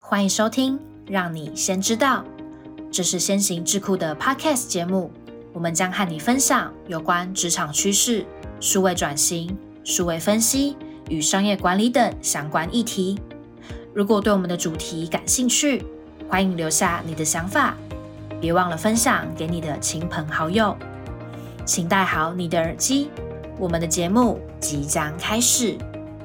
欢迎收听让你先知道，这是先行智库的 Podcast 节目，我们将和你分享有关职场趋势、数位转型、数位分析与商业管理等相关议题。如果对我们的主题感兴趣，欢迎留下你的想法，别忘了分享给你的亲朋好友。请戴好你的耳机，我们的节目即将开始。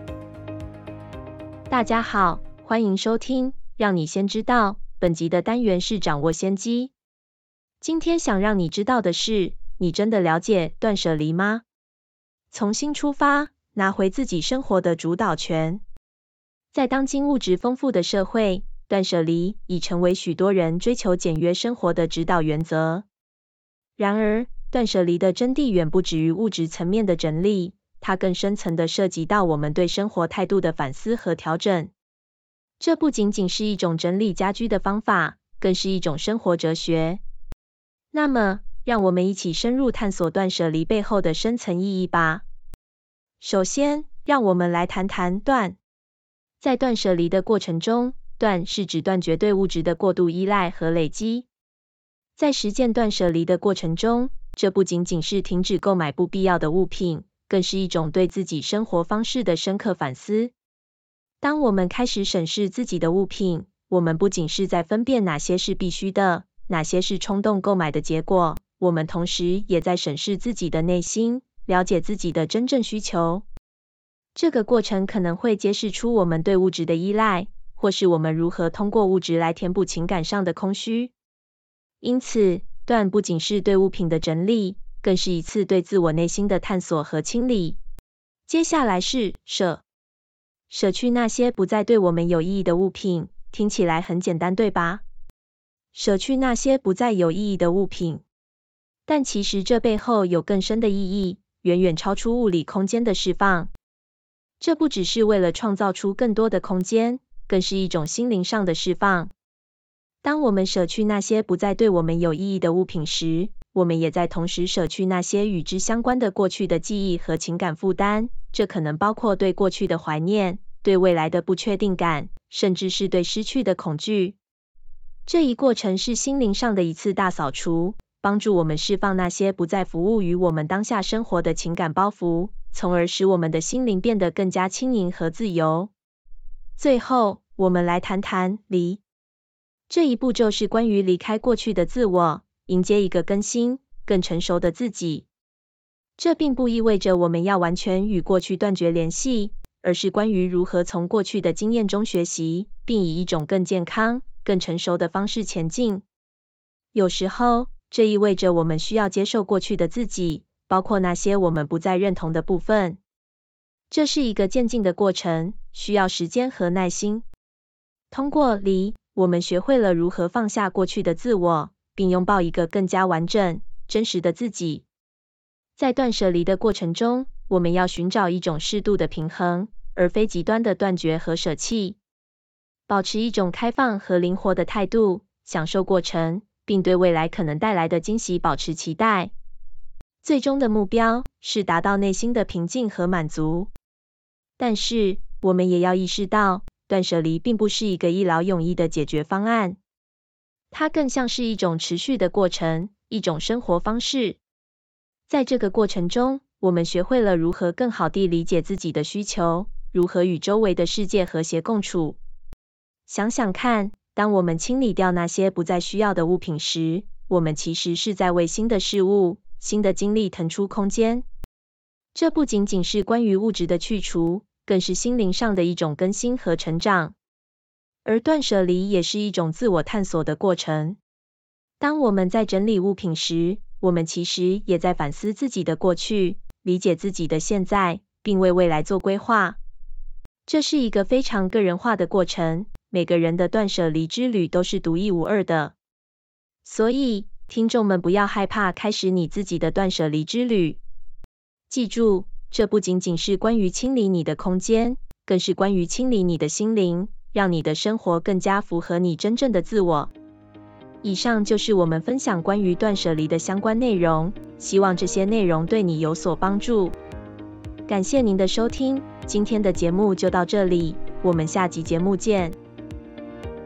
大家好，欢迎收听让你先知道，本集的单元是掌握先机。今天想让你知道的是，你真的了解断舍离吗？从心出发，拿回自己生活的主导权。在当今物质丰富的社会，断舍离已成为许多人追求简约生活的指导原则。然而，断舍离的真谛远不止于物质层面的整理，它更深层地涉及到我们对生活态度的反思和调整。这不仅仅是一种整理家居的方法，更是一种生活哲学。那么，让我们一起深入探索断舍离背后的深层意义吧。首先，让我们来谈谈断。在断舍离的过程中，断是指断绝对物质的过度依赖和累积。在实践断舍离的过程中，这不仅仅是停止购买不必要的物品，更是一种对自己生活方式的深刻反思。当我们开始审视自己的物品，我们不仅是在分辨哪些是必须的，哪些是冲动购买的结果，我们同时也在审视自己的内心，了解自己的真正需求。这个过程可能会揭示出我们对物质的依赖，或是我们如何通过物质来填补情感上的空虚。因此，断不仅是对物品的整理，更是一次对自我内心的探索和清理。接下来是舍。舍去那些不再对我们有意义的物品，听起来很简单，对吧？舍去那些不再有意义的物品，但其实这背后有更深的意义，远远超出物理空间的释放。这不只是为了创造出更多的空间，更是一种心灵上的释放。当我们舍去那些不再对我们有意义的物品时，我们也在同时舍去那些与之相关的过去的记忆和情感负担，这可能包括对过去的怀念，对未来的不确定感，甚至是对失去的恐惧。这一过程是心灵上的一次大扫除，帮助我们释放那些不再服务于我们当下生活的情感包袱，从而使我们的心灵变得更加轻盈和自由。最后，我们来谈谈离。这一步骤是关于离开过去的自我，迎接一个更新、更成熟的自己。这并不意味着我们要完全与过去断绝联系，而是关于如何从过去的经验中学习，并以一种更健康、更成熟的方式前进。有时候，这意味着我们需要接受过去的自己，包括那些我们不再认同的部分。这是一个渐进的过程，需要时间和耐心。通过离，我们学会了如何放下过去的自我，并拥抱一个更加完整、真实的自己。在断舍离的过程中，我们要寻找一种适度的平衡，而非极端的断绝和舍弃。保持一种开放和灵活的态度，享受过程，并对未来可能带来的惊喜保持期待。最终的目标是达到内心的平静和满足。但是，我们也要意识到，断舍离并不是一个一劳永逸的解决方案。它更像是一种持续的过程，一种生活方式。在这个过程中，我们学会了如何更好地理解自己的需求，如何与周围的世界和谐共处。想想看，当我们清理掉那些不再需要的物品时，我们其实是在为新的事物、新的经历腾出空间。这不仅仅是关于物质的去除，更是心灵上的一种更新和成长。而断舍离也是一种自我探索的过程。当我们在整理物品时，我们其实也在反思自己的过去，理解自己的现在，并为未来做规划。这是一个非常个人化的过程，每个人的断舍离之旅都是独一无二的。所以，听众们不要害怕开始你自己的断舍离之旅。记住，这不仅仅是关于清理你的空间，更是关于清理你的心灵，让你的生活更加符合你真正的自我。以上就是我们分享关于断舍离的相关内容，希望这些内容对你有所帮助。感谢您的收听，今天的节目就到这里，我们下集节目见。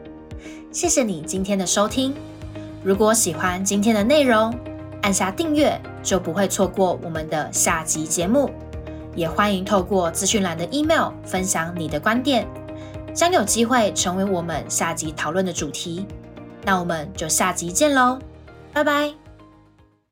谢谢你今天的收听。如果喜欢今天的内容，按下订阅就不会错过我们的下集节目。也欢迎透过资讯栏的 email 分享你的观点，将有机会成为我们下集讨论的主题。那我们就下集见咯，拜拜。